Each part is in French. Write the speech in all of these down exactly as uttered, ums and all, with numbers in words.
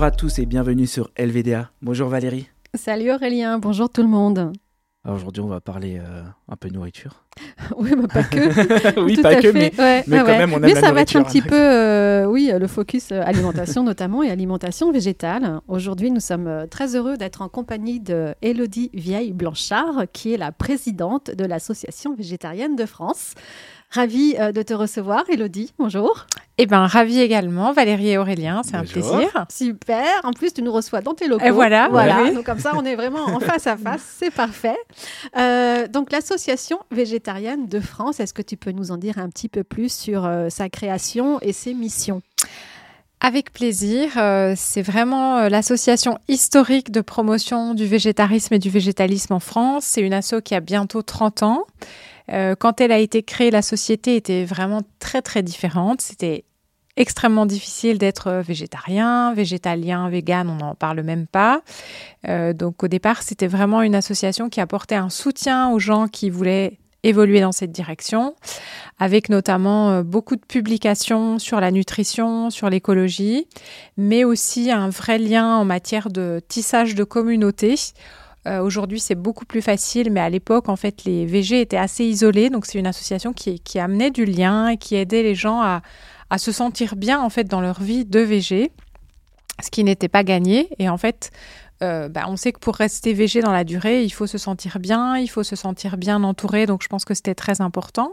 à tous et bienvenue sur L V D A. Bonjour Valérie. Salut Aurélien, bonjour tout le monde. Alors aujourd'hui, on va parler euh, un peu nourriture. Oui, mais pas que. oui, Tout pas à que, fait. mais, ouais, mais ah quand ouais. même, on aime mais la ça va être nourriture. un petit peu, euh, oui, le focus euh, alimentation notamment et alimentation végétale. Aujourd'hui, nous sommes euh, très heureux d'être en compagnie de Élodie Vieille-Blanchard, qui est la présidente de l'Association végétarienne de France. Ravie euh, de te recevoir, Élodie. Bonjour. Eh bien, ravie également, Valérie et Aurélien, c'est Bonjour. un plaisir. Super. En plus, tu nous reçois dans tes locaux. Et voilà, voilà. oui. Donc comme ça, on est vraiment en face à face. C'est parfait. Euh, donc l'Association végétarienne de France, est-ce que tu peux nous en dire un petit peu plus sur euh, sa création et ses missions ? Avec plaisir. Euh, c'est vraiment euh, l'association historique de promotion du végétarisme et du végétalisme en France. C'est une asso qui a bientôt trente ans. Euh, quand elle a été créée, la société était vraiment très, très différente. C'était extrêmement difficile d'être végétarien, végétalien, vegan, on n'en parle même pas. Euh, donc au départ, c'était vraiment une association qui apportait un soutien aux gens qui voulaient évoluer dans cette direction, avec notamment euh, beaucoup de publications sur la nutrition, sur l'écologie, mais aussi un vrai lien en matière de tissage de communauté. Euh, aujourd'hui, c'est beaucoup plus facile, mais à l'époque, en fait, les végés étaient assez isolés. Donc, c'est une association qui, qui amenait du lien et qui aidait les gens à, à se sentir bien, en fait, dans leur vie de végé, ce qui n'était pas gagné. Et en fait, euh, bah, on sait que pour rester végé dans la durée, il faut se sentir bien, il faut se sentir bien entouré. Donc, je pense que c'était très important.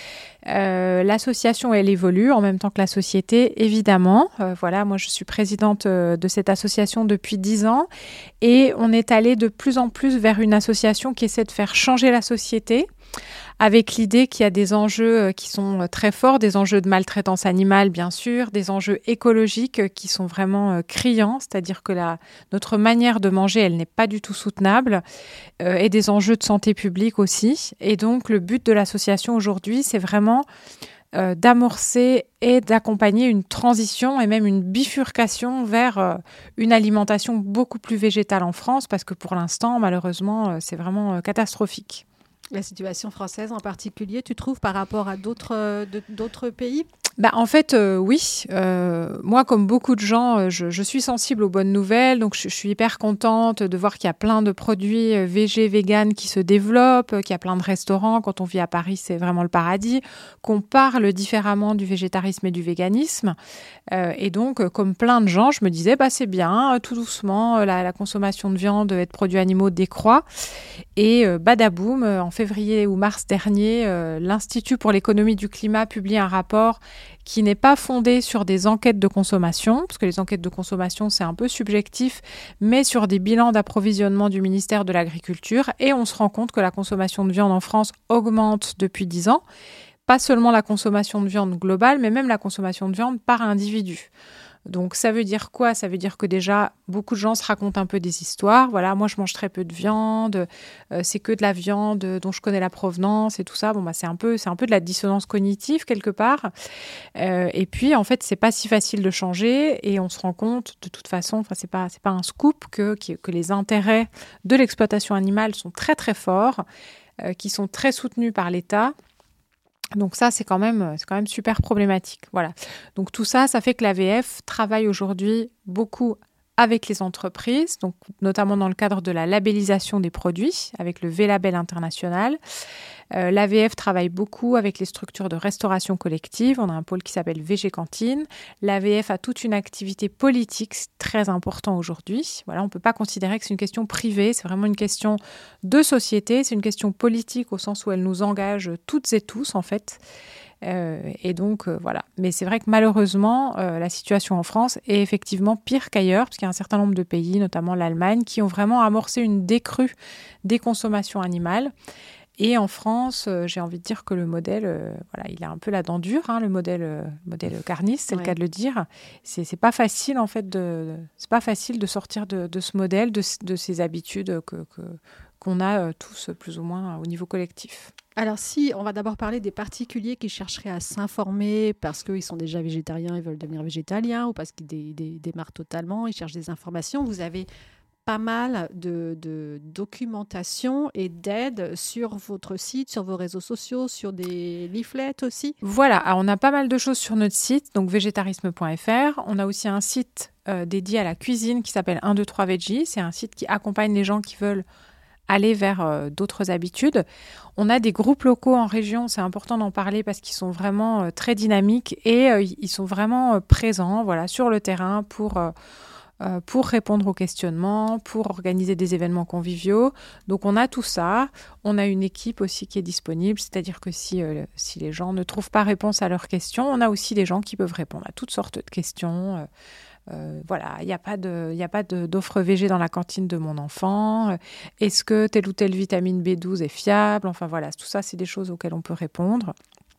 Euh, l'association, elle évolue en même temps que la société, évidemment. Euh, voilà, moi, je suis présidente euh, de cette association depuis dix ans et on est allé de plus en plus vers une association qui essaie de faire changer la société avec l'idée qu'il y a des enjeux euh, qui sont euh, très forts, des enjeux de maltraitance animale, bien sûr, des enjeux écologiques euh, qui sont vraiment euh, criants, c'est-à-dire que la, notre manière de manger, elle n'est pas du tout soutenable, euh, et des enjeux de santé publique aussi. Et donc, le but de l'association aujourd'hui, c'est vraiment euh, d'amorcer et d'accompagner une transition et même une bifurcation vers euh, une alimentation beaucoup plus végétale en France, parce que pour l'instant, malheureusement, euh, c'est vraiment euh, catastrophique. La situation française en particulier, tu trouves, par rapport à d'autres, euh, de, d'autres pays ? Bah, en fait, euh, oui. Euh, moi, comme beaucoup de gens, euh, je, je suis sensible aux bonnes nouvelles. Donc, je, je suis hyper contente de voir qu'il y a plein de produits euh, végé, vegan qui se développent, euh, qu'il y a plein de restaurants. Quand on vit à Paris, c'est vraiment le paradis. Qu'on parle différemment du végétarisme et du véganisme. Euh, et donc, euh, comme plein de gens, je me disais, bah, c'est bien, euh, tout doucement, euh, la, la consommation de viande et de produits animaux décroît. Et euh, badaboum, euh, en février ou mars dernier, euh, l'Institut pour l'économie du climat publie un rapport qui n'est pas fondé sur des enquêtes de consommation, parce que les enquêtes de consommation, c'est un peu subjectif, mais sur des bilans d'approvisionnement du ministère de l'Agriculture. Et on se rend compte que la consommation de viande en France augmente depuis dix ans. Pas seulement la consommation de viande globale, mais même la consommation de viande par individu. Donc, ça veut dire quoi ? Ça veut dire que déjà, beaucoup de gens se racontent un peu des histoires. Voilà, moi, je mange très peu de viande. Euh, c'est que de la viande dont je connais la provenance et tout ça. Bon, bah, c'est un peu, c'est un peu de la dissonance cognitive, quelque part. Euh, et puis, en fait, c'est pas si facile de changer. Et on se rend compte, de toute façon, enfin, c'est pas, c'est pas un scoop, que, que les intérêts de l'exploitation animale sont très, très forts, euh, qui sont très soutenus par l'État. Donc ça, c'est quand même, c'est quand même super problématique. Voilà. Donc tout ça, ça fait que l'A V F travaille aujourd'hui beaucoup avec les entreprises, donc notamment dans le cadre de la labellisation des produits, avec le V-Label international. Euh, L'A V F travaille beaucoup avec les structures de restauration collective. On a un pôle qui s'appelle V G Cantine. L'A V F a toute une activité politique, c'est très important aujourd'hui. Voilà, on ne peut pas considérer que c'est une question privée, c'est vraiment une question de société, c'est une question politique au sens où elle nous engage toutes et tous, en fait. Euh, et donc, euh, voilà. Mais c'est vrai que malheureusement, euh, la situation en France est effectivement pire qu'ailleurs, parce qu'il y a un certain nombre de pays, notamment l'Allemagne, qui ont vraiment amorcé une décrue des consommations animales. Et en France, euh, j'ai envie de dire que le modèle, euh, voilà, il a un peu la dent dure, hein, le modèle, euh, modèle carniste, c'est ouais. le cas de le dire. C'est, c'est pas facile, en fait, de, c'est pas facile de sortir de, de ce modèle, de, de ces habitudes que, que, qu'on a euh, tous, plus ou moins, au niveau collectif. Alors si, on va d'abord parler des particuliers qui chercheraient à s'informer parce qu'ils sont déjà végétariens, ils veulent devenir végétaliens, ou parce qu'ils dé- dé- démarrent totalement, ils cherchent des informations. Vous avez pas mal de, de documentation et d'aide sur votre site, sur vos réseaux sociaux, sur des leaflets aussi. Voilà, alors on a pas mal de choses sur notre site, donc végétarisme point f r. On a aussi un site euh, dédié à la cuisine qui s'appelle un deux trois Veggie. C'est un site qui accompagne les gens qui veulent aller vers euh, d'autres habitudes. On a des groupes locaux en région, c'est important d'en parler parce qu'ils sont vraiment euh, très dynamiques et euh, ils sont vraiment euh, présents voilà, sur le terrain pour, euh, euh, pour répondre aux questionnements, pour organiser des événements conviviaux. Donc on a tout ça. On a une équipe aussi qui est disponible, c'est-à-dire que si, euh, si les gens ne trouvent pas réponse à leurs questions, on a aussi des gens qui peuvent répondre à toutes sortes de questions. Euh, Euh, voilà, il n'y a pas de, y a pas de, d'offre végé dans la cantine de mon enfant. Euh, est-ce que telle ou telle vitamine B douze est fiable? Enfin voilà, tout ça, c'est des choses auxquelles on peut répondre.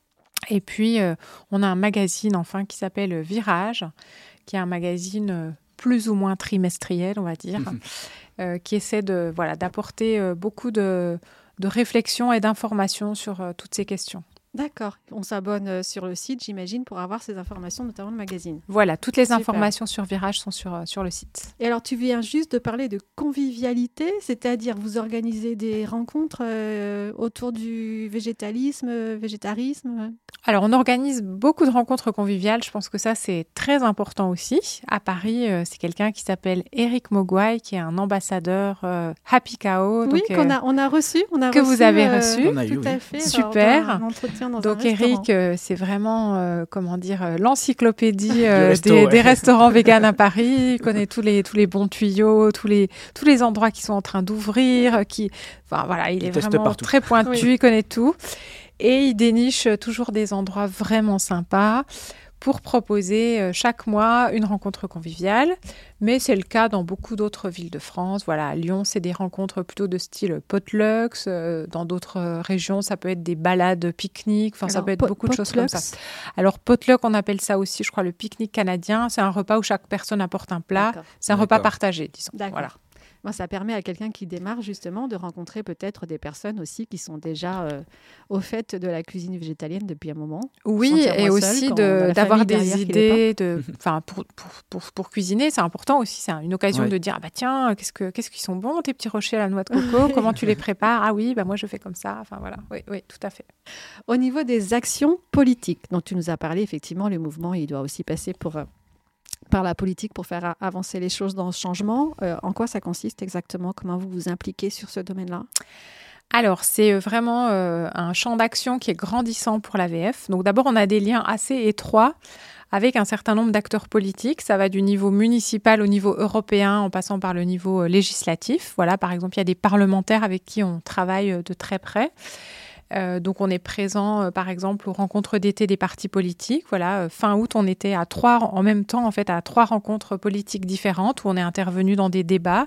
Et puis, euh, on a un magazine enfin qui s'appelle Virage, qui est un magazine euh, plus ou moins trimestriel, on va dire, euh, qui essaie de, voilà, d'apporter euh, beaucoup de, de réflexions et d'informations sur euh, toutes ces questions. D'accord. On s'abonne sur le site, j'imagine, pour avoir ces informations, notamment le magazine. Voilà, toutes les Super. informations sur Virage sont sur, sur le site. Et alors, tu viens juste de parler de convivialité, c'est-à-dire vous organisez des rencontres euh, autour du végétalisme, euh, végétarisme. Alors, on organise beaucoup de rencontres conviviales. Je pense que ça, c'est très important aussi. À Paris, euh, c'est quelqu'un qui s'appelle Eric Mogwai, qui est un ambassadeur euh, Happy Cow. Oui, donc, qu'on euh, a, on a reçu. On a que reçu, vous avez euh, reçu. On a eu, tout oui. à fait. Super. Un entretien dans Donc un restaurant. Eric, euh, c'est vraiment, euh, comment dire, euh, l'encyclopédie euh, resto, des, ouais. des restaurants véganes à Paris. Il connaît tous les, tous les bons tuyaux, tous les, tous les endroits qui sont en train d'ouvrir. Qui, enfin, voilà, il, Il est teste vraiment partout. très pointu, Oui. il connaît tout. Et il déniche toujours des endroits vraiment sympas pour proposer euh, chaque mois une rencontre conviviale. Mais c'est le cas dans beaucoup d'autres villes de France. Voilà, à Lyon, c'est des rencontres plutôt de style potluck. Euh, dans d'autres euh, régions, ça peut être des balades pique-nique. Enfin, ça Alors, peut être pot- beaucoup de choses comme ça. potlucks. Alors, potluck, on appelle ça aussi, je crois, le pique-nique canadien. C'est un repas où chaque personne apporte un plat. D'accord. C'est un repas D'accord. partagé, disons. D'accord. Voilà. Moi, ça permet à quelqu'un qui démarre justement de rencontrer peut-être des personnes aussi qui sont déjà euh, au fait de la cuisine végétalienne depuis un moment. Oui, Sentir et moins seul aussi quand on a de, la d'avoir famille des derrière qui l'est idées, de, enfin pour, pour, pour, pour cuisiner, c'est important aussi. C'est une occasion Ouais. de dire, ah bah tiens, qu'est-ce que qu'est-ce qu'ils sont bons tes petits rochers à la noix de coco, comment tu les prépares? Ah oui, bah moi je fais comme ça. Enfin voilà, oui, oui, tout à fait. Au niveau des actions politiques dont tu nous as parlé, effectivement, le mouvement, il doit aussi passer pour, euh, par la politique pour faire a- avancer les choses dans ce changement. Euh, en quoi ça consiste exactement? Comment vous vous impliquez sur ce domaine-là? Alors, c'est vraiment euh, un champ d'action qui est grandissant pour l'A V F. Donc d'abord, on a des liens assez étroits avec un certain nombre d'acteurs politiques. Ça va du niveau municipal au niveau européen, en passant par le niveau euh, législatif. Voilà, par exemple, il y a des parlementaires avec qui on travaille euh, de très près. Euh, donc, on est présent, euh, par exemple, aux rencontres d'été des partis politiques. Voilà, euh, fin août, on était à trois, en même temps, en fait, à trois rencontres politiques différentes où on est intervenu dans des débats.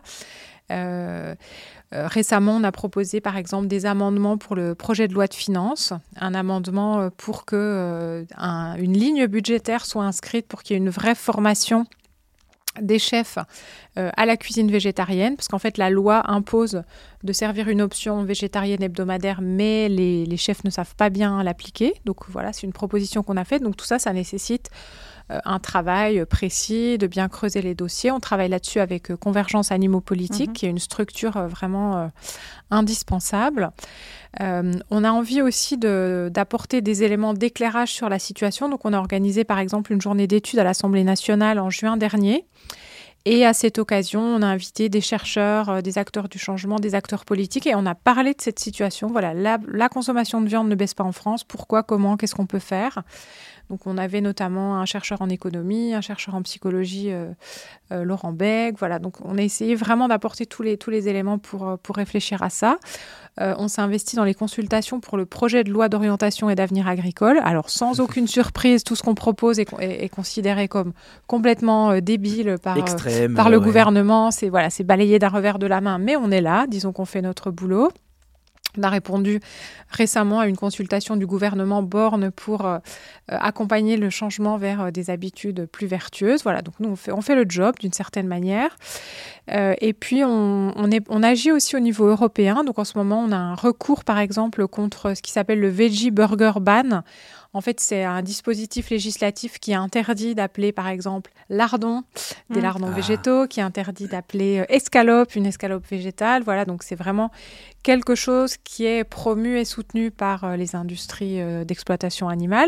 Euh, euh, récemment, on a proposé, par exemple, des amendements pour le projet de loi de finances, un amendement euh, pour que euh, un, une ligne budgétaire soit inscrite pour qu'il y ait une vraie formation des chefs euh, à la cuisine végétarienne, parce qu'en fait, la loi impose de servir une option végétarienne hebdomadaire, mais les, les chefs ne savent pas bien l'appliquer. Donc voilà, c'est une proposition qu'on a faite. Donc tout ça, ça nécessite euh, un travail précis, de bien creuser les dossiers. On travaille là-dessus avec euh, Convergence Animaux Politiques, Mhm. qui est une structure euh, vraiment euh, indispensable. Euh, on a envie aussi de, d'apporter des éléments d'éclairage sur la situation. Donc, on a organisé, par exemple, une journée d'études à l'Assemblée nationale en juin dernier. Et à cette occasion, on a invité des chercheurs, euh, des acteurs du changement, des acteurs politiques, et on a parlé de cette situation. Voilà, la, la consommation de viande ne baisse pas en France. Pourquoi, comment, qu'est-ce qu'on peut faire? Donc, on avait notamment un chercheur en économie, un chercheur en psychologie, euh, euh, Laurent Beck. Voilà, donc on a essayé vraiment d'apporter tous les, tous les éléments pour, pour réfléchir à ça. Euh, on s'est investi dans les consultations pour le projet de loi d'orientation et d'avenir agricole. Alors, sans aucune surprise, tout ce qu'on propose est, est, est considéré comme complètement euh, débile par, Extrême, euh, par le ouais. gouvernement. C'est, voilà, c'est balayé d'un revers de la main, mais on est là. Disons qu'on fait notre boulot. On a répondu récemment à une consultation du gouvernement Borne pour euh, accompagner le changement vers euh, des habitudes plus vertueuses. Voilà, donc nous, on fait, on fait le job d'une certaine manière. Euh, et puis, on, on, est, on agit aussi au niveau européen. Donc, en ce moment, on a un recours, par exemple, contre ce qui s'appelle le Veggie Burger Ban. En fait, c'est un dispositif législatif qui interdit d'appeler, par exemple, lardon, des mmh. lardons ah. végétaux, qui interdit d'appeler euh, escalope, une escalope végétale. Voilà, donc c'est vraiment quelque chose qui est promu et soutenu par euh, les industries euh, d'exploitation animale.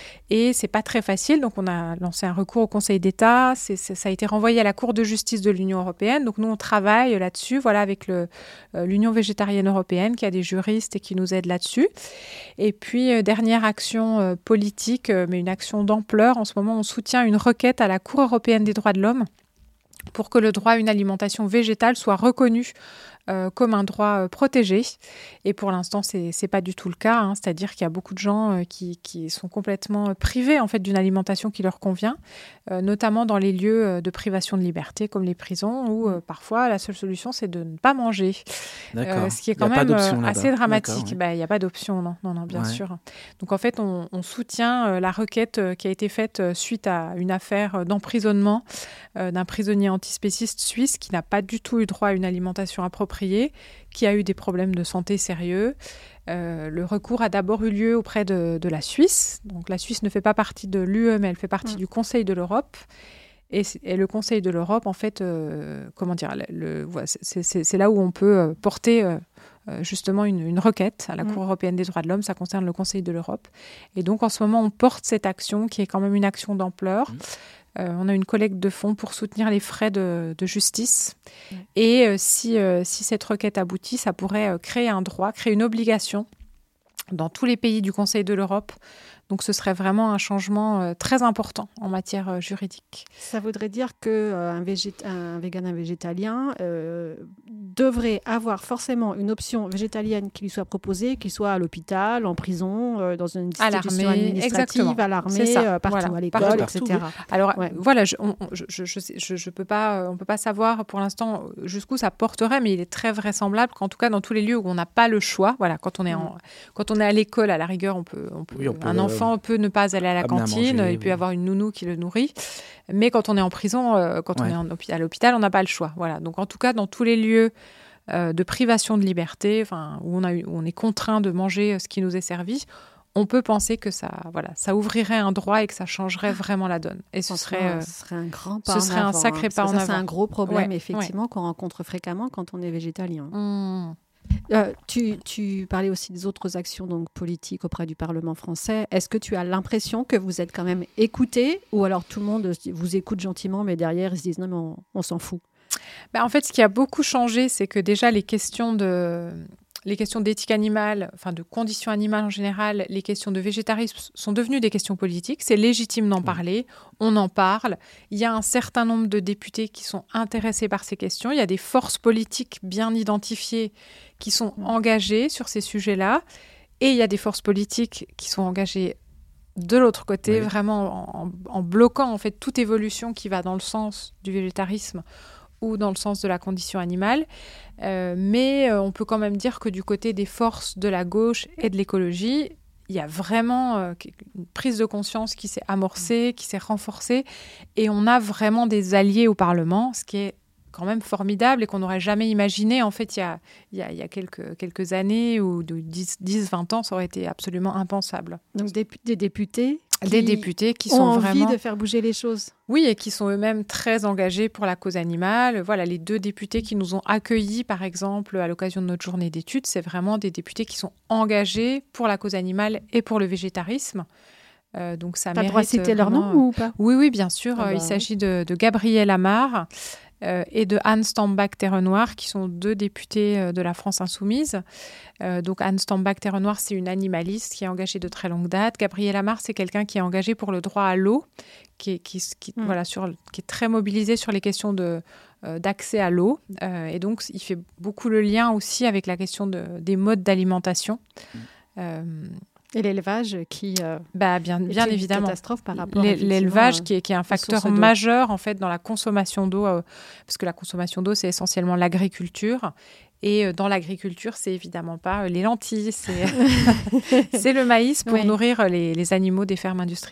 Et c'est pas très facile, donc on a lancé un recours au Conseil d'État. C'est, c'est, ça a été renvoyé à la Cour de justice de l'Union européenne. Donc nous, on travaille là-dessus, voilà, avec le, euh, l'Union végétarienne européenne, qui a des juristes et qui nous aident là-dessus. Et puis, euh, dernière action euh, politique, euh, mais une action d'ampleur. En ce moment, on soutient une requête à la Cour européenne des droits de l'homme pour que le droit à une alimentation végétale soit reconnu Euh, comme un droit euh, protégé. Et pour l'instant, c'est c'est pas du tout le cas. Hein. C'est-à-dire qu'il y a beaucoup de gens euh, qui, qui sont complètement privés en fait, d'une alimentation qui leur convient, euh, notamment dans les lieux euh, de privation de liberté, comme les prisons, où euh, parfois la seule solution, c'est de ne pas manger. D'accord. Euh, ce qui est quand même euh, assez dramatique. Il ouais. n'y a pas d'option, non, non, non bien ouais. sûr. Donc en fait, on, on soutient euh, la requête euh, qui a été faite euh, suite à une affaire euh, d'emprisonnement euh, d'un prisonnier antispéciste suisse qui n'a pas du tout eu droit à une alimentation appropriée, qui a eu des problèmes de santé sérieux. Euh, le recours a d'abord eu lieu auprès de, de la Suisse. Donc la Suisse ne fait pas partie de l'U E, mais elle fait partie mmh. du Conseil de l'Europe. Et, et le Conseil de l'Europe, en fait, euh, comment dire, le, le, voilà, c'est, c'est, c'est là où on peut euh, porter euh, justement une, une requête à la mmh. Cour européenne des droits de l'homme. Ça concerne le Conseil de l'Europe. Et donc en ce moment, on porte cette action qui est quand même une action d'ampleur. Mmh. Euh, on a une collecte de fonds pour soutenir les frais de, de justice. Mmh. Et euh, si, euh, si cette requête aboutit, ça pourrait euh, créer un droit, créer une obligation dans tous les pays du Conseil de l'Europe. Donc ce serait vraiment un changement euh, très important en matière euh, juridique. Ça voudrait dire qu'un euh, végét- un végan, un végétalien euh, devrait avoir forcément une option végétalienne qui lui soit proposée, qu'il soit à l'hôpital, en prison, euh, dans une institution administrative, exactement. À l'armée, euh, partout, voilà. à l'école, partout, partout. et cetera. Alors ouais. voilà, je, on, je, je, je, je, je peux pas, on ne peut pas savoir pour l'instant jusqu'où ça porterait, mais il est très vraisemblable qu'en tout cas dans tous les lieux où on n'a pas le choix, voilà, quand on est, en, quand on est à l'école, à la rigueur, on peut, on peut, oui, on peut un enfant L'enfant peut ne pas aller à la cantine, manger, il peut y avoir une nounou qui le nourrit. Mais quand on est en prison, euh, quand ouais. on est en, à l'hôpital, on n'a pas le choix. Voilà. Donc en tout cas, dans tous les lieux euh, de privation de liberté, où on, a, où on est contraint de manger ce qui nous est servi, on peut penser que ça, voilà, ça ouvrirait un droit et que ça changerait vraiment la donne. Et ce serait, euh, ce serait un grand pas ce en serait avant, un sacré hein, pas en ça, avant. C'est un gros problème, ouais. effectivement, ouais. qu'on rencontre fréquemment quand on est végétalien. Mmh. Euh, tu, tu parlais aussi des autres actions donc, politiques auprès du Parlement français. Est-ce que tu as l'impression que vous êtes quand même écoutés, ou alors tout le monde vous écoute gentiment, mais derrière, ils se disent non, mais on, on s'en fout? Ben, en fait, ce qui a beaucoup changé, c'est que déjà, les questions de... les questions d'éthique animale, enfin de conditions animales en général, les questions de végétarisme sont devenues des questions politiques. C'est légitime d'en parler, on en parle. Il y a un certain nombre de députés qui sont intéressés par ces questions. Il y a des forces politiques bien identifiées qui sont engagées sur ces sujets-là. Et il y a des forces politiques qui sont engagées de l'autre côté, oui. vraiment en, en bloquant en fait toute évolution qui va dans le sens du végétarisme ou dans le sens de la condition animale. Euh, mais euh, on peut quand même dire que du côté des forces de la gauche et de l'écologie, il y a vraiment euh, une prise de conscience qui s'est amorcée, qui s'est renforcée, et on a vraiment des alliés au Parlement, ce qui est quand même formidable et qu'on n'aurait jamais imaginé. En fait, il y a, il y a, il y a quelques, quelques années ou de dix vingt ans, ça aurait été absolument impensable. Donc des, des députés qui Des députés qui ont sont envie vraiment... de faire bouger les choses. Oui, et qui sont eux-mêmes très engagés pour la cause animale. Voilà, les deux députés qui nous ont accueillis, par exemple, à l'occasion de notre journée d'études, c'est vraiment des députés qui sont engagés pour la cause animale et pour le végétarisme. Euh, donc ça T'as mérite... le droit de citer leur nom ou pas ? Oui, oui, bien sûr. Ah bah, Il s'agit de, de Gabriel Amar euh, et de Anne Stambach-Terrenoir, qui sont deux députés euh, de la France insoumise. Euh, donc Anne Stambach-Terrenoir, c'est une animaliste qui est engagée de très longue date. Gabriel Amar, c'est quelqu'un qui est engagé pour le droit à l'eau, qui est, qui, qui, mmh. voilà, sur, qui est très mobilisé sur les questions de, euh, d'accès à l'eau. Euh, et donc, il fait beaucoup le lien aussi avec la question de, des modes d'alimentation. Mmh. Euh, Et l'élevage qui euh, bah, bien, bien est une évidemment. catastrophe par rapport L'é- à l'élevage qui est, qui est un facteur majeur en fait dans la consommation d'eau, euh, parce que la consommation d'eau c'est essentiellement l'agriculture, et euh, dans l'agriculture c'est évidemment pas euh, les lentilles, c'est, c'est le maïs pour oui. nourrir les, les animaux des fermes industrielles.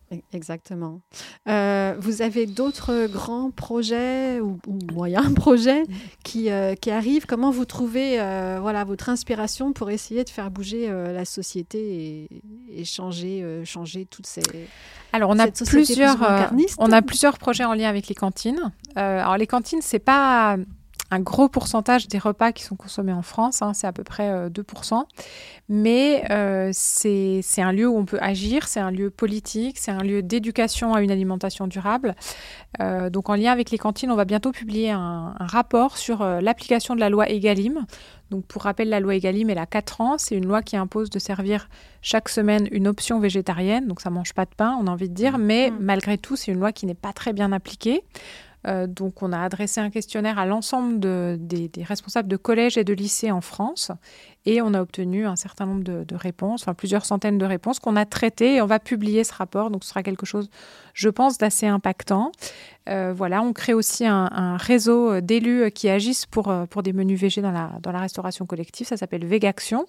Exactement. Euh, vous avez d'autres grands projets ou, ou moyens projets qui, euh, qui arrivent. Comment vous trouvez euh, voilà, votre inspiration pour essayer de faire bouger euh, la société et, et changer, euh, changer toutes ces... Alors, on a, plusieurs, euh, on a plusieurs projets en lien avec les cantines. Euh, alors, les cantines, ce n'est pas un gros pourcentage des repas qui sont consommés en France, hein, c'est à peu près euh, deux pour cent. Mais euh, c'est, c'est un lieu où on peut agir, c'est un lieu politique, c'est un lieu d'éducation à une alimentation durable. Euh, donc en lien avec les cantines, on va bientôt publier un, un rapport sur euh, l'application de la loi Egalim. Donc pour rappel, la loi Egalim, elle a quatre ans. C'est une loi qui impose de servir chaque semaine une option végétarienne. Donc ça ne mange pas de pain, on a envie de dire. Mais mmh. malgré tout, c'est une loi qui n'est pas très bien appliquée. Euh, donc, on a adressé un questionnaire à l'ensemble de, des, des responsables de collèges et de lycées en France et on a obtenu un certain nombre de, de réponses, enfin plusieurs centaines de réponses qu'on a traitées et on va publier ce rapport. Donc, ce sera quelque chose, je pense, d'assez impactant. Euh, voilà, on crée aussi un, un réseau d'élus qui agissent pour, pour des menus végés dans la, dans la restauration collective. Ça s'appelle Végaction.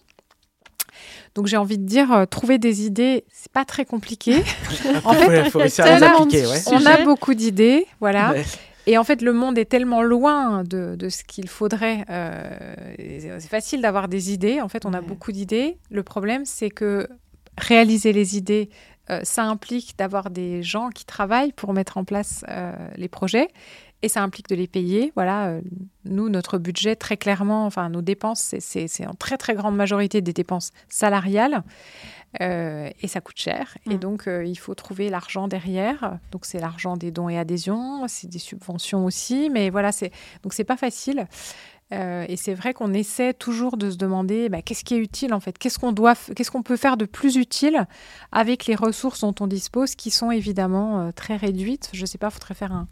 Donc j'ai envie de dire, euh, trouver des idées, c'est pas très compliqué. En fait, ouais, faut réussir à les appliquer, ouais. On a beaucoup d'idées, voilà. Ouais. Et en fait, le monde est tellement loin de, de ce qu'il faudrait. Euh, c'est facile d'avoir des idées. En fait, on a ouais. beaucoup d'idées. Le problème, c'est que réaliser les idées, euh, ça implique d'avoir des gens qui travaillent pour mettre en place euh, les projets. Et ça implique de les payer. Voilà, euh, nous, notre budget, très clairement, enfin, nos dépenses, c'est, c'est, c'est en très, très grande majorité des dépenses salariales. Euh, et ça coûte cher. Mmh. Et donc, euh, il faut trouver l'argent derrière. Donc, c'est l'argent des dons et adhésions. C'est des subventions aussi. Mais voilà, c'est... donc, c'est pas facile. Euh, et c'est vrai qu'on essaie toujours de se demander bah, qu'est-ce qui est utile, en fait. Qu'est-ce qu'on doit, f- qu'est-ce qu'on peut faire de plus utile avec les ressources dont on dispose, qui sont évidemment euh, très réduites. Je sais pas, il faudrait faire un...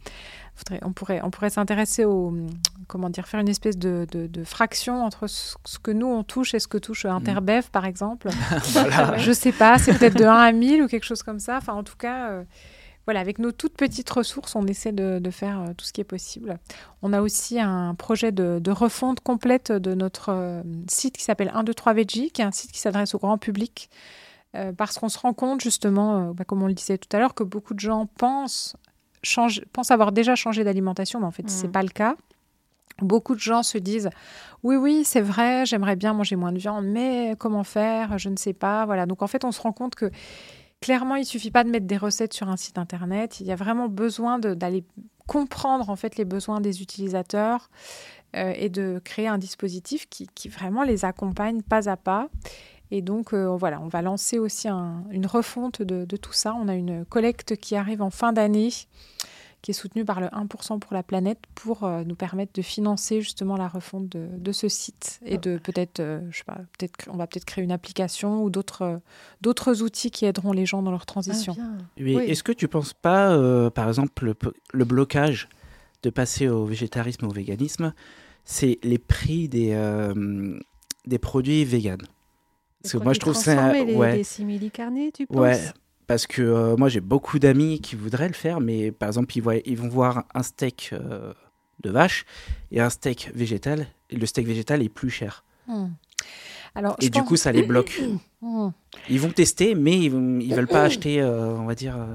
On pourrait, on pourrait s'intéresser au, comment dire, faire une espèce de, de, de fraction entre ce, ce que nous on touche et ce que touche Interbev, mmh. par exemple. Voilà. Je sais pas, c'est peut-être de un à mille ou quelque chose comme ça. Enfin, en tout cas, euh, voilà, avec nos toutes petites ressources, on essaie de, de faire euh, tout ce qui est possible. On a aussi un projet de, de refonte complète de notre euh, site qui s'appelle un deux trois Veggie, qui est un site qui s'adresse au grand public, euh, parce qu'on se rend compte justement, euh, bah, comme on le disait tout à l'heure, que beaucoup de gens pensent Change, pensent avoir déjà changé d'alimentation, mais en fait, mmh. ce n'est pas le cas. Beaucoup de gens se disent « Oui, oui, c'est vrai, j'aimerais bien manger moins de viande, mais comment faire ? Je ne sais pas. » Voilà. Donc, en fait, on se rend compte que, clairement, il ne suffit pas de mettre des recettes sur un site Internet. Il y a vraiment besoin de, d'aller comprendre, en fait, les besoins des utilisateurs euh, et de créer un dispositif qui, qui vraiment les accompagne pas à pas. Et donc, euh, voilà, on va lancer aussi un, une refonte de, de tout ça. On a une collecte qui arrive en fin d'année, qui est soutenue par le un pour cent pour la planète, pour euh, nous permettre de financer justement la refonte de, de ce site. Et de peut-être, euh, je sais pas, peut-être, on va peut-être créer une application ou d'autres, euh, d'autres outils qui aideront les gens dans leur transition. Ah, oui. Oui. Est-ce que tu ne penses pas, euh, par exemple, le, le blocage de passer au végétarisme ou au véganisme, c'est les prix des, euh, des produits véganes? Parce que moi, je trouve ça... Les, ouais. les simili-carnés, tu penses ? Ouais, parce que euh, moi, j'ai beaucoup d'amis qui voudraient le faire, mais par exemple, ils, voient, ils vont voir un steak euh, de vache et un steak végétal, et le steak végétal est plus cher. Mmh. Alors, et du pense... coup, ça les bloque. Mmh. Ils vont tester, mais ils ne veulent pas acheter, euh, on va dire... Euh...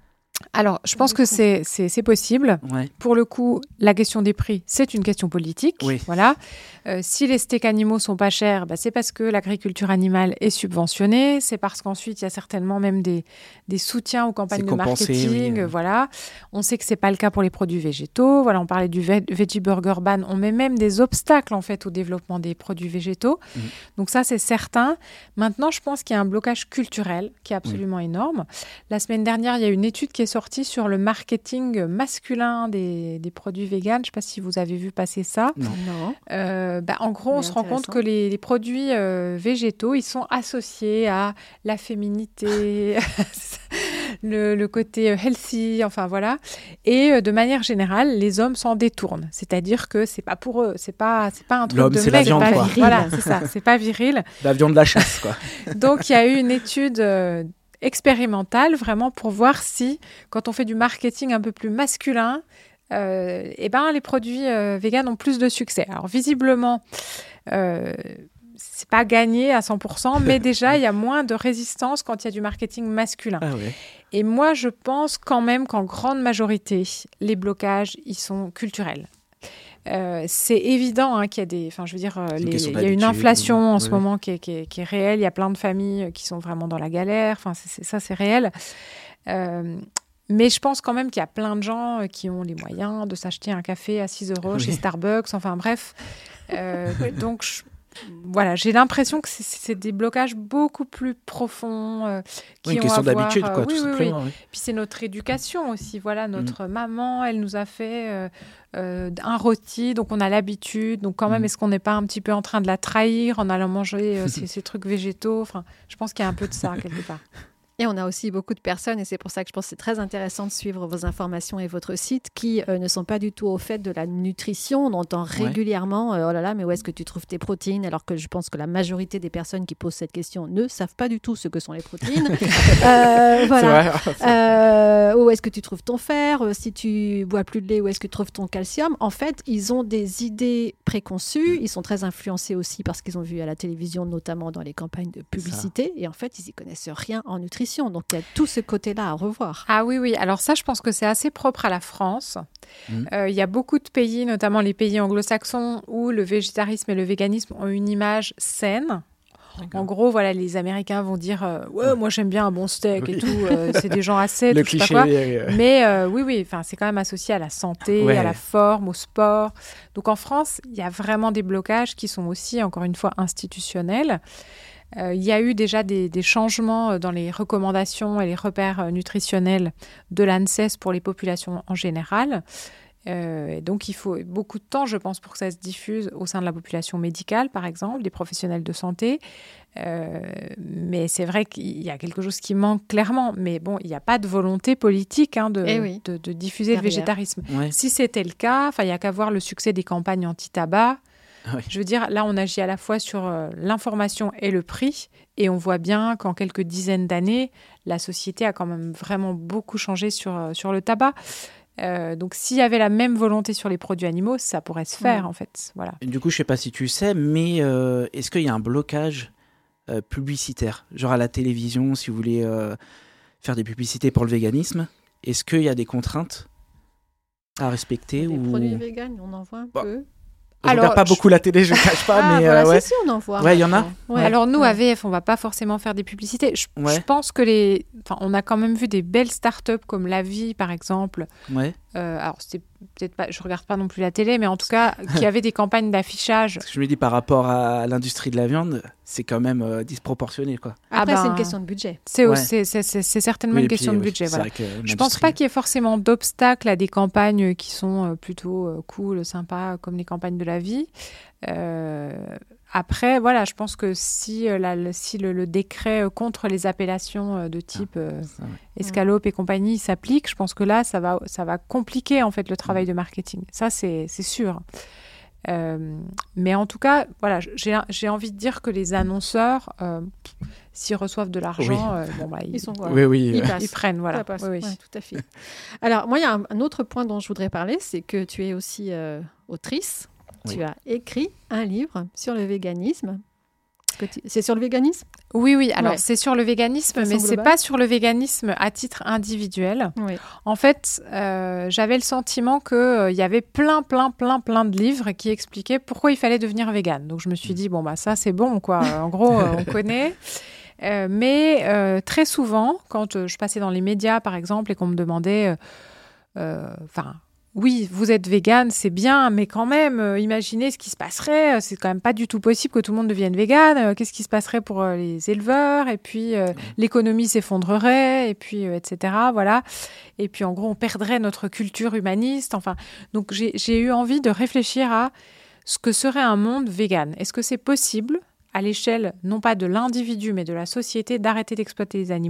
Alors, je pense que c'est, c'est, c'est possible. Ouais. Pour le coup, la question des prix, c'est une question politique. Oui. Voilà. Euh, si les steaks animaux sont pas chers, bah, c'est parce que l'agriculture animale est subventionnée. C'est parce qu'ensuite, il y a certainement même des, des soutiens aux campagnes c'est de marketing. Oui. Voilà. On sait que c'est pas le cas pour les produits végétaux. Voilà, on parlait du Veggie Burger Ban. On met même des obstacles, en fait, au développement des produits végétaux. Mmh. Donc ça, c'est certain. Maintenant, je pense qu'il y a un blocage culturel qui est absolument mmh. énorme. La semaine dernière, il y a une étude qui est sortie sur le marketing masculin des, des produits véganes. Je ne sais pas si vous avez vu passer ça. Non. non. Euh, bah, en gros, Mais on se rend compte que les, les produits euh, végétaux, ils sont associés à la féminité, le, le côté healthy, enfin voilà. Et euh, de manière générale, les hommes s'en détournent. C'est-à-dire que c'est pas pour eux, c'est pas, c'est pas un truc L'homme, de c'est mec, la viande, pas quoi. viril. Voilà, c'est ça, c'est pas viril. La viande de la chasse, quoi. Donc, il y a eu une étude euh, expérimentale, vraiment pour voir si, quand on fait du marketing un peu plus masculin, euh, eh ben, les produits euh, véganes ont plus de succès. Alors, visiblement, euh, c'est pas gagné à cent pour cent, mais déjà, il y a moins de résistance quand il y a du marketing masculin. Ah ouais. Et moi, je pense quand même qu'en grande majorité, les blocages, ils sont culturels. Euh, c'est évident hein, qu'il y a des, enfin, je veux dire, euh, les, il y a une inflation en oui. ce moment qui est, qui, est, qui est réelle. Il y a plein de familles qui sont vraiment dans la galère. Enfin, c'est, c'est, ça, c'est réel. Euh, mais je pense quand même qu'il y a plein de gens qui ont les moyens de s'acheter un café à six euros oui. chez Starbucks. Enfin, bref. Euh, donc, je, voilà, j'ai l'impression que c'est, c'est des blocages beaucoup plus profonds euh, qui oui, une ont question à voir, d'habitude, quoi, euh, tout oui, simplement. Oui, oui. Oui. Puis c'est notre éducation aussi. Voilà, notre mmh. maman, elle nous a fait euh, euh, un rôti, donc on a l'habitude. Donc quand même, mmh. est-ce qu'on n'est pas un petit peu en train de la trahir en allant manger euh, ces, ces trucs végétaux ? Enfin, je pense qu'il y a un peu de ça quelque part. Et on a aussi beaucoup de personnes, et c'est pour ça que je pense que c'est très intéressant de suivre vos informations et votre site, qui euh, ne sont pas du tout au fait de la nutrition. On entend régulièrement ouais. euh, « Oh là là, mais où est-ce que tu trouves tes protéines ?» Alors que je pense que la majorité des personnes qui posent cette question ne savent pas du tout ce que sont les protéines. euh, voilà. Euh, où est-ce que tu trouves ton fer ? Si tu bois plus de lait, où est-ce que tu trouves ton calcium ? En fait, ils ont des idées préconçues. Ils sont très influencés aussi parce qu'ils ont vu à la télévision, notamment dans les campagnes de publicité. Et en fait, ils n'y connaissent rien en nutrition. Donc, il y a tout ce côté-là à revoir. Ah oui, oui. Alors ça, je pense que c'est assez propre à la France. Mmh. Euh, il y a beaucoup de pays, notamment les pays anglo-saxons, où le végétarisme et le véganisme ont une image saine. D'accord. En gros, voilà, les Américains vont dire euh, « Ouais, moi, j'aime bien un bon steak oui. et tout. Euh, c'est des gens assez... » Le cliché. Euh... Mais euh, oui, oui, c'est quand même associé à la santé, ouais. à la forme, au sport. Donc, en France, il y a vraiment des blocages qui sont aussi, encore une fois, institutionnels. Euh, il y a eu déjà des, des changements dans les recommandations et les repères euh, nutritionnels de l'ANSES pour les populations en général. Euh, et donc, il faut beaucoup de temps, je pense, pour que ça se diffuse au sein de la population médicale, par exemple, des professionnels de santé. Euh, mais c'est vrai qu'il y a quelque chose qui manque clairement. Mais bon, il n'y a pas de volonté politique hein, de, eh oui. de, de diffuser Derrière. le végétarisme. Ouais. Si c'était le cas, il n'y a qu'à voir le succès des campagnes anti-tabac. Oui. Je veux dire, là, on agit à la fois sur euh, l'information et le prix. Et on voit bien qu'en quelques dizaines d'années, la société a quand même vraiment beaucoup changé sur, euh, sur le tabac. Euh, donc, s'il y avait la même volonté sur les produits animaux, ça pourrait se faire, ouais. en fait. Voilà. Du coup, je ne sais pas si tu sais, mais euh, est-ce qu'il y a un blocage euh, publicitaire ? Genre à la télévision, si vous voulez euh, faire des publicités pour le véganisme, est-ce qu'il y a des contraintes à respecter ? Les ou... produits véganes, on en voit un bon. peu. Je ne regarde pas beaucoup je... la télé, je ne cache pas, ah, mais voilà, euh, ouais. Si, si, on en voit. Ouais, il y en a. Ouais. Alors nous, ouais. à V F, on ne va pas forcément faire des publicités. Je, ouais. je pense que les, enfin, on a quand même vu des belles startups comme La Vie, par exemple. Ouais. Euh, alors c'était peut-être pas, je regarde pas non plus la télé, mais en tout cas, qui avaient des campagnes d'affichage. Parce que je me dis par rapport à l'industrie de la viande, c'est quand même euh, disproportionné, quoi. Après, ah ben, c'est une question de budget. C'est, ouais. c'est, c'est, c'est, c'est certainement oui, une question puis, de budget. Oui, voilà. Je pense pas qu'il y ait forcément d'obstacles à des campagnes qui sont plutôt euh, cool, sympas, comme les campagnes de La Vie. Euh, après, voilà, je pense que si, euh, la, si le, le décret contre les appellations de type euh, ah, escalope et compagnie s'applique, je pense que là, ça va, ça va compliquer en fait le travail de marketing. Ça, c'est, c'est sûr. Euh, mais en tout cas, voilà, j'ai, j'ai envie de dire que les annonceurs, euh, s'ils reçoivent de l'argent, oui. euh, bon, bah, ils, ils sont quoi oui, oui, ils, euh... ils prennent, voilà. Oui, oui. Ouais, tout à fait. Alors, moi, il y a un, un autre point dont je voudrais parler, c'est que tu es aussi euh, autrice. Oui. Tu as écrit un livre sur le véganisme. Tu... C'est sur le véganisme ? Oui, oui. Alors, ouais. c'est sur le véganisme, mais ce n'est pas sur le véganisme à titre individuel. Oui. En fait, euh, j'avais le sentiment qu'il euh, y avait plein, plein, plein, plein de livres qui expliquaient pourquoi il fallait devenir végane. Donc, je me suis dit, bon, bah ça, c'est bon, quoi. En gros, euh, on connaît. Euh, mais euh, très souvent, quand euh, je passais dans les médias, par exemple, et qu'on me demandait... Enfin... Euh, oui, vous êtes végane, c'est bien, mais quand même, euh, imaginez ce qui se passerait. C'est quand même pas du tout possible que tout le monde devienne végane. Euh, qu'est-ce qui se passerait pour euh, les éleveurs ? Et puis, euh, l'économie s'effondrerait, et puis, euh, et cetera. Voilà. Et puis, en gros, on perdrait notre culture humaniste. Enfin, donc, j'ai, j'ai eu envie de réfléchir à ce que serait un monde végane. Est-ce que c'est possible, à l'échelle, non pas de l'individu, mais de la société, d'arrêter d'exploiter les animaux ?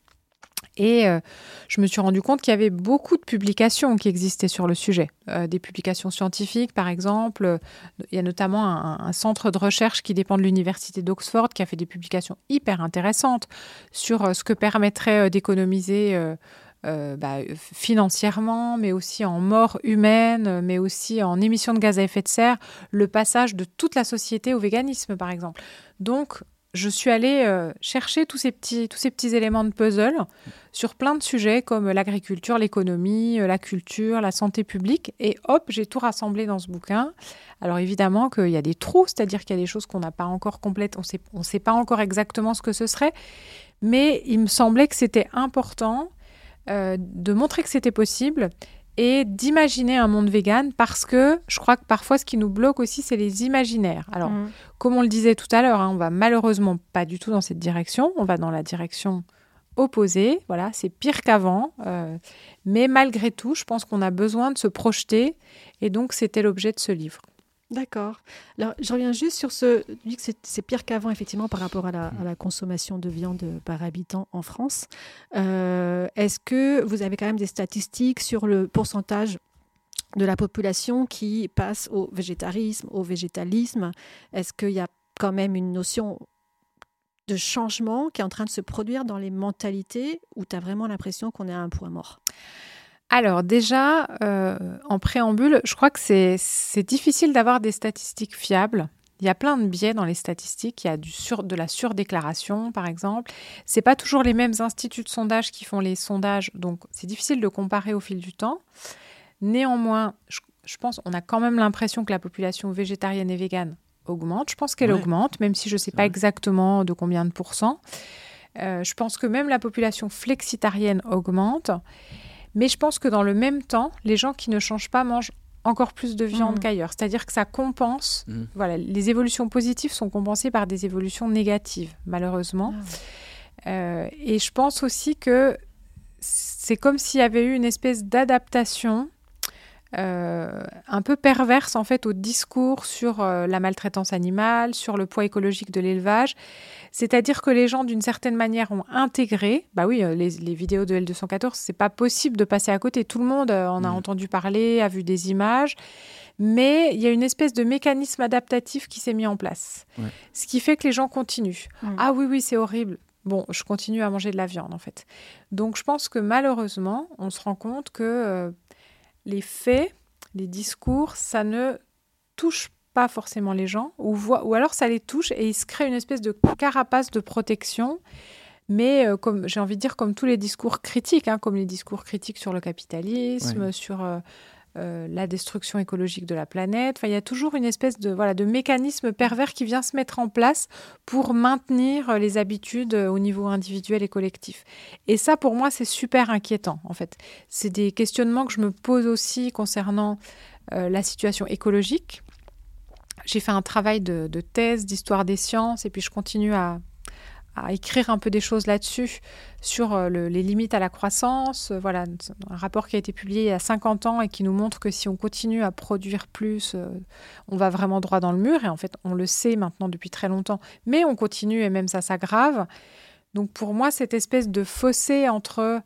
Et euh, je me suis rendu compte qu'il y avait beaucoup de publications qui existaient sur le sujet. Euh, des publications scientifiques, par exemple. Il y a notamment un, un centre de recherche qui dépend de l'université d'Oxford qui a fait des publications hyper intéressantes sur euh, ce que permettrait euh, d'économiser euh, euh, bah, financièrement, mais aussi en mort humaine, mais aussi en émissions de gaz à effet de serre, le passage de toute la société au véganisme, par exemple. Donc, je suis allée euh, chercher tous ces, petits, tous ces petits éléments de puzzle sur plein de sujets comme l'agriculture, l'économie, la culture, la santé publique. Et hop, j'ai tout rassemblé dans ce bouquin. Alors évidemment qu'il y a des trous, c'est-à-dire qu'il y a des choses qu'on n'a pas encore complètes, on sait, on ne sait pas encore exactement ce que ce serait. Mais il me semblait que c'était important euh, de montrer que c'était possible et d'imaginer un monde vegan parce que je crois que parfois, ce qui nous bloque aussi, c'est les imaginaires. Alors, mmh. comme on le disait tout à l'heure, hein, on va malheureusement pas du tout dans cette direction. On va dans la direction opposée. Voilà, c'est pire qu'avant. Euh, mais malgré tout, je pense qu'on a besoin de se projeter. Et donc, c'était l'objet de ce livre. D'accord. Alors, je reviens juste sur ce... Tu dis que c'est, c'est pire qu'avant, effectivement, par rapport à la, à la consommation de viande par habitant en France. Euh, est-ce que vous avez quand même des statistiques sur le pourcentage de la population qui passe au végétarisme, au végétalisme? Est-ce qu'il y a quand même une notion de changement qui est en train de se produire dans les mentalités ou tu as vraiment l'impression qu'on est à un point mort? Alors déjà, euh, en préambule, je crois que c'est, c'est difficile d'avoir des statistiques fiables. Il y a plein de biais dans les statistiques. Il y a du sur, de la surdéclaration, par exemple. Ce n'est pas toujours les mêmes instituts de sondage qui font les sondages, donc c'est difficile de comparer au fil du temps. Néanmoins, je, je pense qu'on a quand même l'impression que la population végétarienne et végane augmente. Je pense qu'elle ouais. augmente, même si je ne sais c'est pas vrai. exactement de combien de pourcents. Euh, je pense que même la population flexitarienne augmente. Mais je pense que dans le même temps, les gens qui ne changent pas mangent encore plus de viande mmh. qu'ailleurs. C'est-à-dire que ça compense. Mmh. Voilà, les évolutions positives sont compensées par des évolutions négatives, malheureusement. Mmh. Euh, et je pense aussi que c'est comme s'il y avait eu une espèce d'adaptation euh, un peu perverse en fait au discours sur euh, la maltraitance animale, sur le poids écologique de l'élevage. C'est-à-dire que les gens, d'une certaine manière, ont intégré. Bah oui, les, les vidéos de L deux cent quatorze, c'est pas possible de passer à côté. Tout le monde en a mmh. entendu parler, a vu des images. Mais il y a une espèce de mécanisme adaptatif qui s'est mis en place. Ouais. Ce qui fait que les gens continuent. Mmh. Ah oui, oui, c'est horrible. Bon, je continue à manger de la viande, en fait. Donc, je pense que malheureusement, on se rend compte que euh, les faits, les discours, ça ne touche pas forcément les gens, ou, voit, ou alors ça les touche et il se crée une espèce de carapace de protection. Mais euh, comme, j'ai envie de dire comme tous les discours critiques, hein, comme les discours critiques sur le capitalisme, ouais. sur euh, euh, la destruction écologique de la planète. Enfin, il y a toujours une espèce de, voilà, de mécanisme pervers qui vient se mettre en place pour maintenir les habitudes au niveau individuel et collectif. Et ça, pour moi, c'est super inquiétant, en fait. C'est des questionnements que je me pose aussi concernant euh, la situation écologique. J'ai fait un travail de, de thèse, d'histoire des sciences, et puis je continue à, à écrire un peu des choses là-dessus, sur le, les limites à la croissance. Voilà, un rapport qui a été publié il y a cinquante ans et qui nous montre que si on continue à produire plus, euh, on va vraiment droit dans le mur. Et en fait, on le sait maintenant depuis très longtemps, mais on continue et même ça s'aggrave. Donc pour moi, cette espèce de fossé entre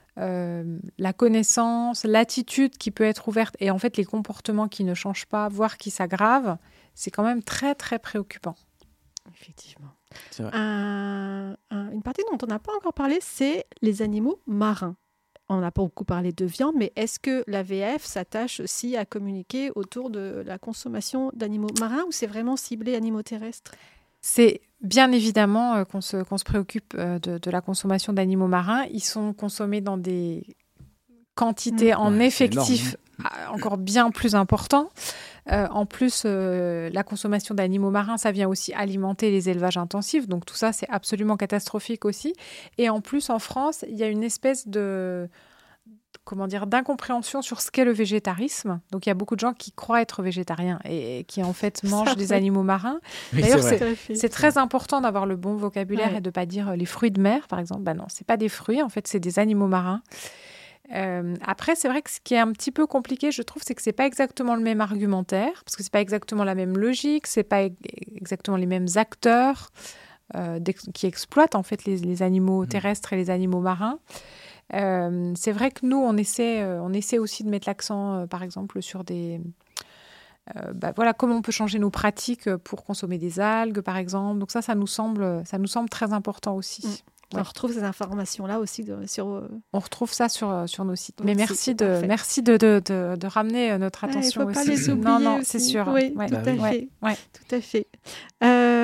euh, la connaissance, l'attitude qui peut être ouverte et en fait les comportements qui ne changent pas, voire qui s'aggravent, c'est quand même très, très préoccupant. Effectivement. C'est vrai. Un, un, une partie dont on n'a pas encore parlé, c'est les animaux marins. On n'a pas beaucoup parlé de viande, mais est-ce que l'A V F s'attache aussi à communiquer autour de la consommation d'animaux marins ou c'est vraiment ciblé animaux terrestres ? C'est bien évidemment euh, qu'on, se, qu'on se préoccupe euh, de, de la consommation d'animaux marins. Ils sont consommés dans des quantités mmh. en ouais, effectif encore bien plus importants. Euh, en plus, euh, la consommation d'animaux marins, ça vient aussi alimenter les élevages intensifs. Donc tout ça, c'est absolument catastrophique aussi. Et en plus, en France, il y a une espèce de, comment dire, d'incompréhension sur ce qu'est le végétarisme. Donc il y a beaucoup de gens qui croient être végétariens et qui en fait mangent ça, des oui. animaux marins. Oui, D'ailleurs, c'est, c'est, c'est très important d'avoir le bon vocabulaire ouais. et de ne pas dire les fruits de mer, par exemple. Ben non, ce n'est pas des fruits, en fait, c'est des animaux marins. Euh, après, c'est vrai que ce qui est un petit peu compliqué, je trouve, c'est que c'est pas exactement le même argumentaire, parce que c'est pas exactement la même logique, c'est pas e- exactement les mêmes acteurs euh, qui exploitent en fait les, les animaux terrestres et les animaux marins. Euh, c'est vrai que nous, on essaie, euh, on essaie aussi de mettre l'accent, euh, par exemple, sur des euh, bah, voilà, comment on peut changer nos pratiques pour consommer des algues, par exemple. Donc ça, ça nous semble, ça nous semble très important aussi. Mmh. Ouais. On retrouve ces informations-là aussi de, sur... Euh... On retrouve ça sur, sur nos sites. Mais merci, de, merci de, de, de, de ramener notre attention ah, il faut aussi. Pas les oublier non, non, aussi. c'est sûr. Oui, ouais. tout, bah, à oui. fait. Ouais. tout à fait. Euh,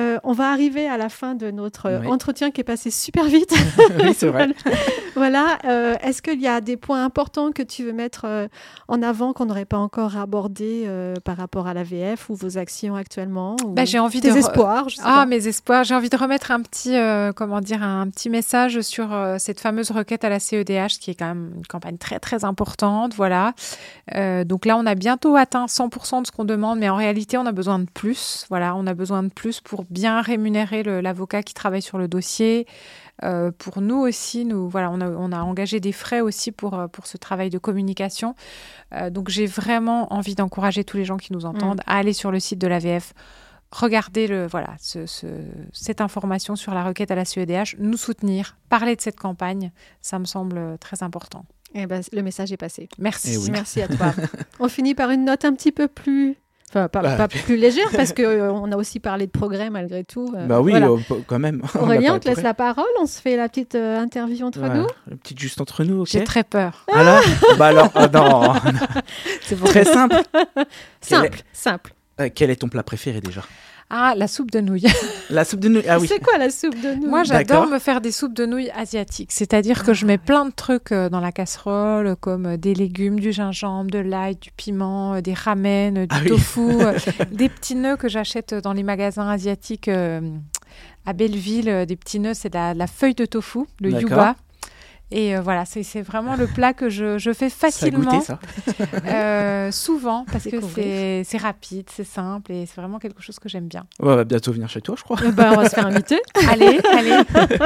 Euh, on va arriver à la fin de notre Oui. entretien qui est passé super vite. Oui, c'est vrai. Voilà. Euh, est-ce qu'il y a des points importants que tu veux mettre euh, en avant qu'on n'aurait pas encore abordés euh, par rapport à l'A V F ou vos actions actuellement ou Bah, j'ai envie tes de re- espoirs je sais Ah, pas. mes espoirs. J'ai envie de remettre un petit, euh, comment dire, un petit message sur euh, cette fameuse requête à la C E D H, qui est quand même une campagne très, très importante. Voilà. Euh, donc là, on a bientôt atteint cent pour cent de ce qu'on demande, mais en réalité, on a besoin de plus. Voilà, on a besoin de plus pour bien rémunérer le, l'avocat qui travaille sur le dossier. Euh, pour nous aussi, nous, voilà, on a, on a engagé des frais aussi pour, pour ce travail de communication. Euh, donc, j'ai vraiment envie d'encourager tous les gens qui nous entendent mmh. à aller sur le site de l'A V F, regarder le, voilà, ce, ce, cette information sur la requête à la C E D H, nous soutenir, parler de cette campagne. Ça me semble très important. Eh ben, le message est passé. Merci. Eh oui. Merci à toi. On finit par une note un petit peu plus... Enfin, pas, Bah, pas plus légère, parce qu'on euh, a aussi parlé de progrès malgré tout. Euh, Bah oui, voilà. euh, quand même. Aurélien, on te laisse la parole. On se fait la petite euh, interview entre ouais, nous. La petite juste entre nous, ok. J'ai très peur. Ah là Bah alors, oh non. C'est bon. Très simple. Simple, Quel est, simple. euh, quel est ton plat préféré déjà? Ah, la soupe de nouilles. La soupe de nouilles. Ah oui. C'est quoi la soupe de nouilles? Moi, j'adore D'accord. me faire des soupes de nouilles asiatiques. C'est-à-dire que je mets plein de trucs euh, dans la casserole, comme euh, des légumes, du gingembre, de l'ail, du piment, euh, des ramen, euh, du Ah oui. tofu, euh, des petits nœuds que j'achète dans les magasins asiatiques euh, à Belleville. euh, Des petits nœuds, c'est de la, la feuille de tofu, le D'accord. yuba. Et euh, voilà, c'est, c'est vraiment le plat que je, je fais Ça a facilement, goûté, ça euh, souvent, parce que Découvrir. c'est, c'est rapide, c'est simple et c'est vraiment quelque chose que j'aime bien. On va bientôt venir chez toi, je crois. Eh ben, on va se faire inviter. Allez, allez.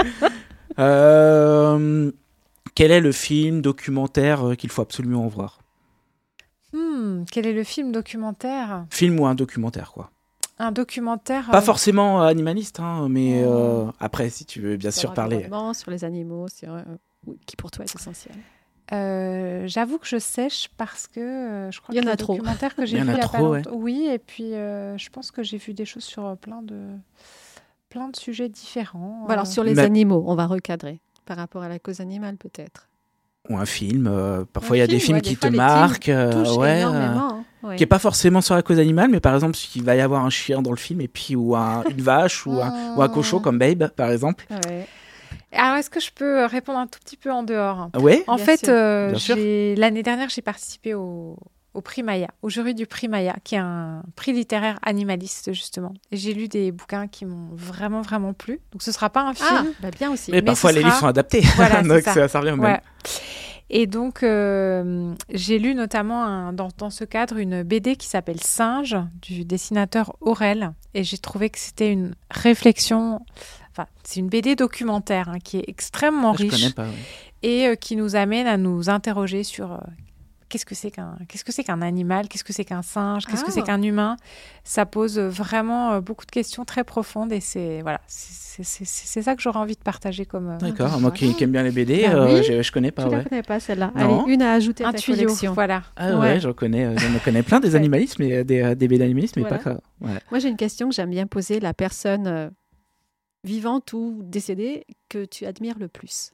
Euh, quel est le film, documentaire euh, qu'il faut absolument voir? Hmm, quel est le film documentaire? Film ou un documentaire, quoi. Un documentaire. Pas euh, forcément euh, animaliste, hein, mais Oh. euh, après, si tu veux bien Sur sûr parler. l'environnement, sur les animaux, sur, euh, oui, qui pour toi est essentiel. euh, J'avoue que je sèche parce que euh, je crois Il y que en a le trop. documentaire que j'ai Il y en vu a il y a trop, pas ouais. longtemps. Oui, et puis euh, je pense que j'ai vu des choses sur euh, plein de plein de sujets différents. Bon, alors, euh. sur les Mais- animaux, on va recadrer par rapport à la cause animale, peut-être. Ou un film. euh, parfois, Un il y a des film, films ouais, qui des te fois, les marquent. euh, Touche ouais, euh, énormément. hein, ouais. qui est pas forcément sur la cause animale, mais par exemple, il va y avoir un chien dans le film, et puis ou un- une vache, ou, un, ou un cochon comme Babe, par exemple. Ouais. Alors, est-ce que je peux répondre un tout petit peu en dehors? Ouais. En Bien fait, sûr. euh, Bien sûr. j'ai- l'année dernière, j'ai participé au, au prix Maya, au jury du prix Maya, qui est un prix littéraire animaliste, justement. Et j'ai lu des bouquins qui m'ont vraiment, vraiment plu. Donc, ce ne sera pas un film. Ah, bah bien aussi. Mais, mais parfois, ce les sera- livres sont adaptés. Voilà, c'est donc ça. ça, ça revient au même. Ouais. Et donc, euh, j'ai lu notamment un- dans, dans ce cadre une B D qui s'appelle Singe, du dessinateur Aurel. Et j'ai trouvé que c'était une réflexion... Enfin, c'est une B D documentaire hein, qui est extrêmement Je riche connais pas. ouais. et euh, qui nous amène à nous interroger sur euh, qu'est-ce que c'est qu'un, qu'est-ce que c'est qu'un animal, qu'est-ce que c'est qu'un singe, qu'est-ce Ah. que c'est qu'un humain. Ça pose vraiment euh, beaucoup de questions très profondes et c'est, voilà, c'est, c'est, c'est, c'est ça que j'aurais envie de partager comme... euh, D'accord. bah, Moi voilà. qui, qui aime bien les B D, Bah euh, oui. je, je connais pas. Tu la Ouais. connais pas, celle-là. Non. Allez, une à ajouter à un ta tuyau, collection. voilà. Ah ouais, Ouais. j'en connais, euh, j'en connais plein des animalistes, mais euh, des, euh, des B D animalistes, mais Voilà. pas que. Ouais. Moi, j'ai une question que j'aime bien poser. La personne euh, vivante ou décédée que tu admires le plus?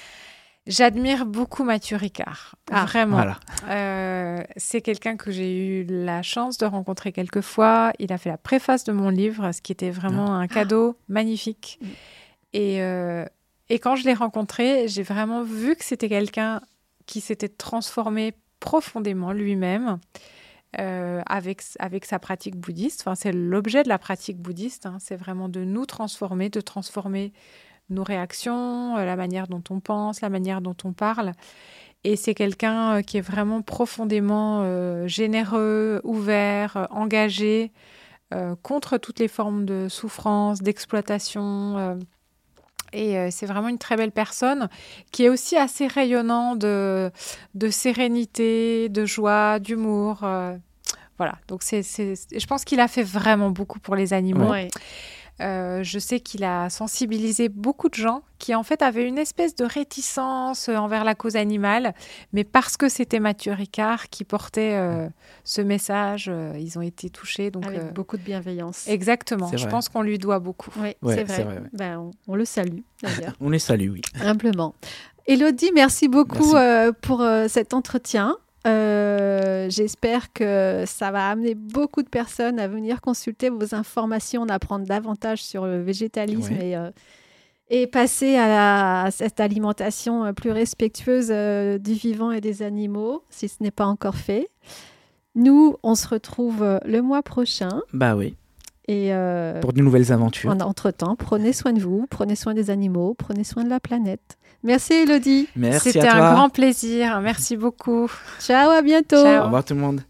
J'admire beaucoup Mathieu Ricard, Ah, vraiment. Voilà. Euh, c'est quelqu'un que j'ai eu la chance de rencontrer quelques fois. Il a fait la préface de mon livre, ce qui était vraiment un cadeau magnifique. Mm. Et, euh, et quand je l'ai rencontré, j'ai vraiment vu que c'était quelqu'un qui s'était transformé profondément lui-même euh, avec, avec sa pratique bouddhiste. Enfin, c'est l'objet de la pratique bouddhiste. Hein. C'est vraiment de nous transformer, de transformer nos réactions, euh, la manière dont on pense, la manière dont on parle. Et c'est quelqu'un euh, qui est vraiment profondément euh, généreux, ouvert, euh, engagé euh, contre toutes les formes de souffrance, d'exploitation. Euh, et euh, c'est vraiment une très belle personne qui est aussi assez rayonnant de, de sérénité, de joie, d'humour. Euh, voilà, donc c'est, c'est, je pense qu'il a fait vraiment beaucoup pour les animaux. Ouais. Euh, je sais qu'il a sensibilisé beaucoup de gens qui en fait avaient une espèce de réticence envers la cause animale, mais parce que c'était Mathieu Ricard qui portait euh, ce message, euh, ils ont été touchés. Donc, Avec euh, beaucoup de bienveillance. exactement, C'est je vrai. pense qu'on lui doit beaucoup. Oui, Ouais, c'est vrai. c'est vrai, ouais. Ben, on, on le salue, d'ailleurs, On les salue, oui. humblement. Élodie, merci beaucoup Merci. euh, pour euh, cet entretien. Euh, j'espère que ça va amener beaucoup de personnes à venir consulter vos informations, en apprendre davantage sur le végétalisme ouais. et, euh, et passer à, la, à cette alimentation plus respectueuse euh, du vivant et des animaux, si ce n'est pas encore fait. Nous, on se retrouve le mois prochain. Bah oui. Et euh, pour de nouvelles aventures. En, entre-temps, prenez soin de vous, prenez soin des animaux, prenez soin de la planète. Merci Élodie. Merci C'était à toi. un grand plaisir. Merci beaucoup. Ciao, à bientôt. Ciao. Au revoir tout le monde.